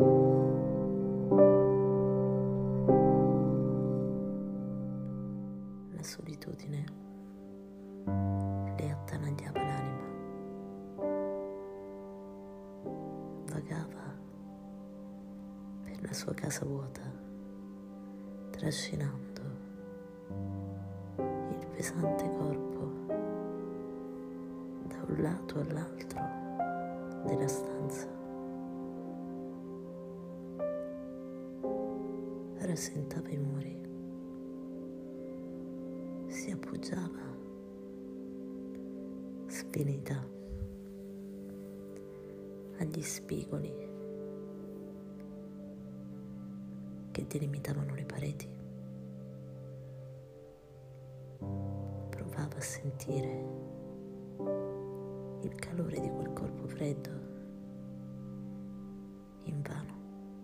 La solitudine le attanagliava l'anima, vagava per la sua casa vuota, trascinando il pesante corpo da un lato all'altro della stanza. Rasentava i muri, si appoggiava sfinita agli spigoli che delimitavano le pareti. Provava a sentire il calore di quel corpo freddo, invano.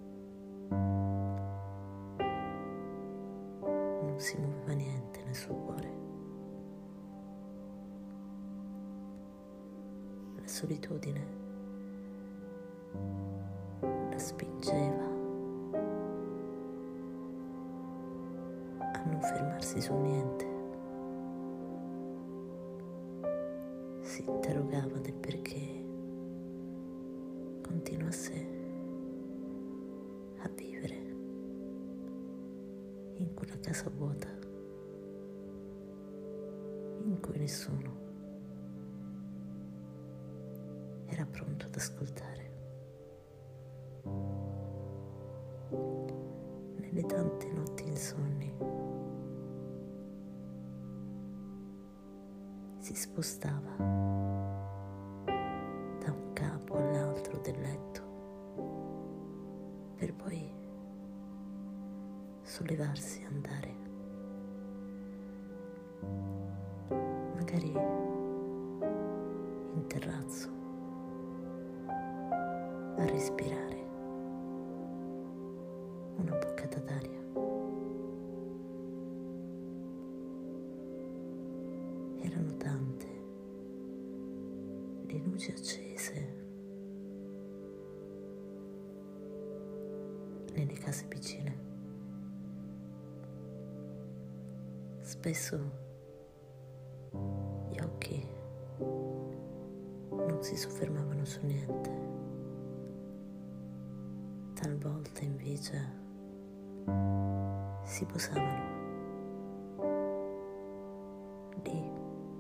Non si muoveva niente nel suo cuore. La solitudine la spingeva a non fermarsi su niente. Si interrogava del perché continuasse a vivere in quella casa vuota in cui nessuno era pronto ad ascoltare. Nelle tante notti insonni si spostava da un capo all'altro del letto per poi sollevarsi e andare, magari in terrazzo, a respirare una boccata d'aria. Erano tante le luci accese nelle case vicine. Spesso gli occhi non si soffermavano su niente, talvolta invece si posavano lì,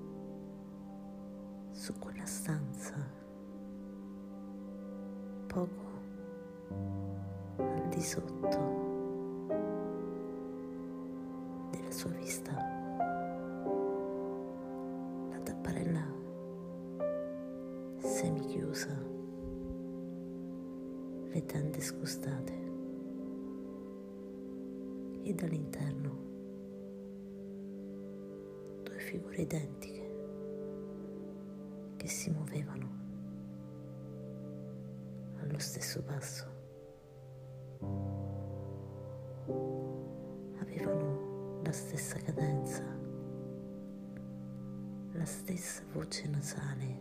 su quella stanza, poco al di sotto della sua vista. La tapparella semichiusa, le tende scostate e dall'interno due figure identiche che si muovevano allo stesso passo. Avevano la stessa cadenza, la stessa voce nasale,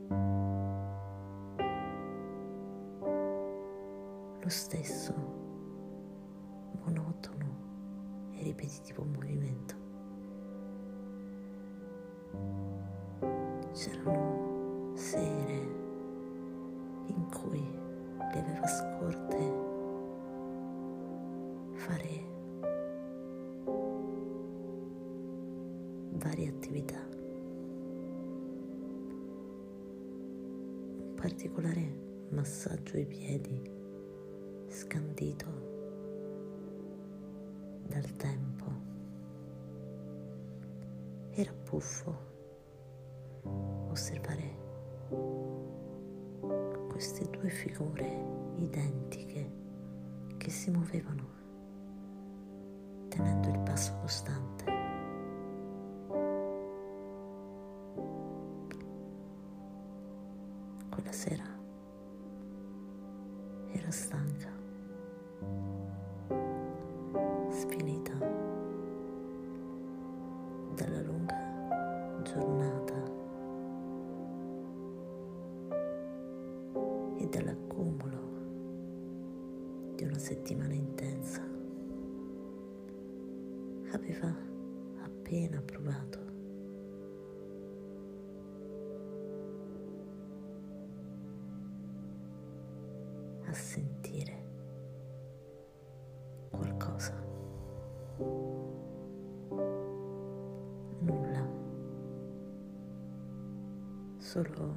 lo stesso monotono e ripetitivo movimento. C'erano sere in cui le aveva scorte fare varie attività. Un particolare massaggio ai piedi, scandito dal tempo. Era buffo osservare queste due figure identiche che si muovevano tenendo il passo costante. Quella sera era stanca, sfinita dalla lunga giornata e dall'accumulo settimana intensa. Aveva appena provato a sentire qualcosa. Nulla, solo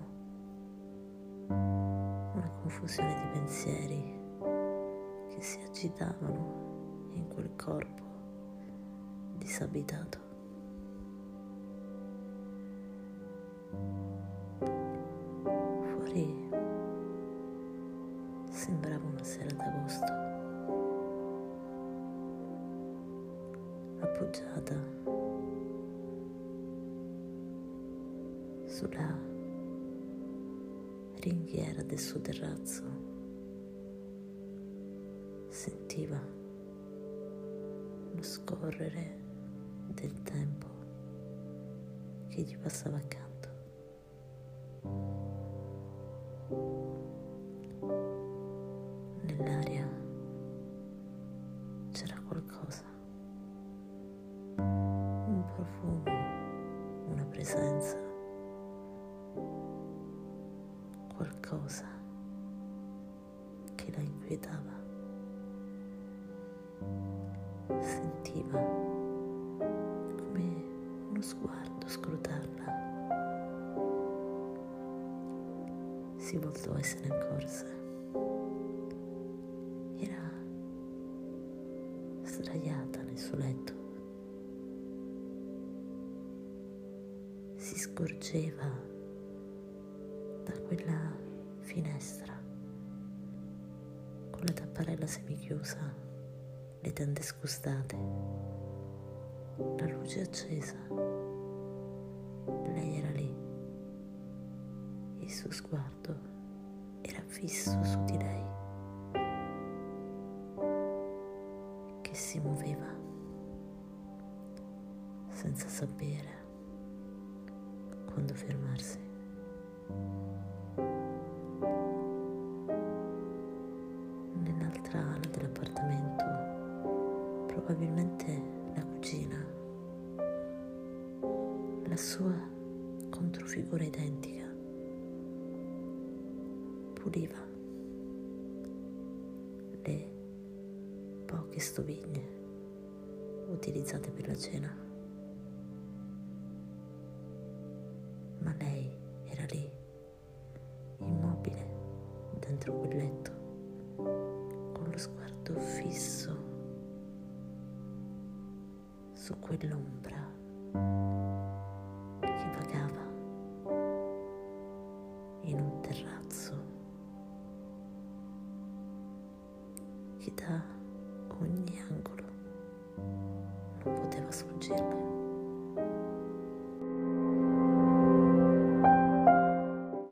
una confusione di pensieri che si agitavano in quel corpo disabitato. Fuori sembrava una sera d'agosto, appoggiata sulla ringhiera del suo terrazzo, sentiva lo scorrere del tempo che gli passava accanto. Nell'aria c'era qualcosa, un profumo, una presenza, qualcosa che la inquietava. Sentiva come uno sguardo scrutarla. Si voltò e se ne accorse. Era sdraiata nel suo letto. Si scorgeva da quella finestra con la tapparella semichiusa, le tende scostate, la luce accesa. Lei era lì. Il suo sguardo era fisso su di lei, che si muoveva senza sapere quando fermarsi. Nell'altra ala dell'appartamento, probabilmente la cugina, la sua controfigura identica, puliva le poche stoviglie utilizzate per la cena. Ma lei era lì, immobile, dentro quel letto, con lo sguardo fisso su quell'ombra che vagava in un terrazzo che da ogni angolo non poteva sfuggirle.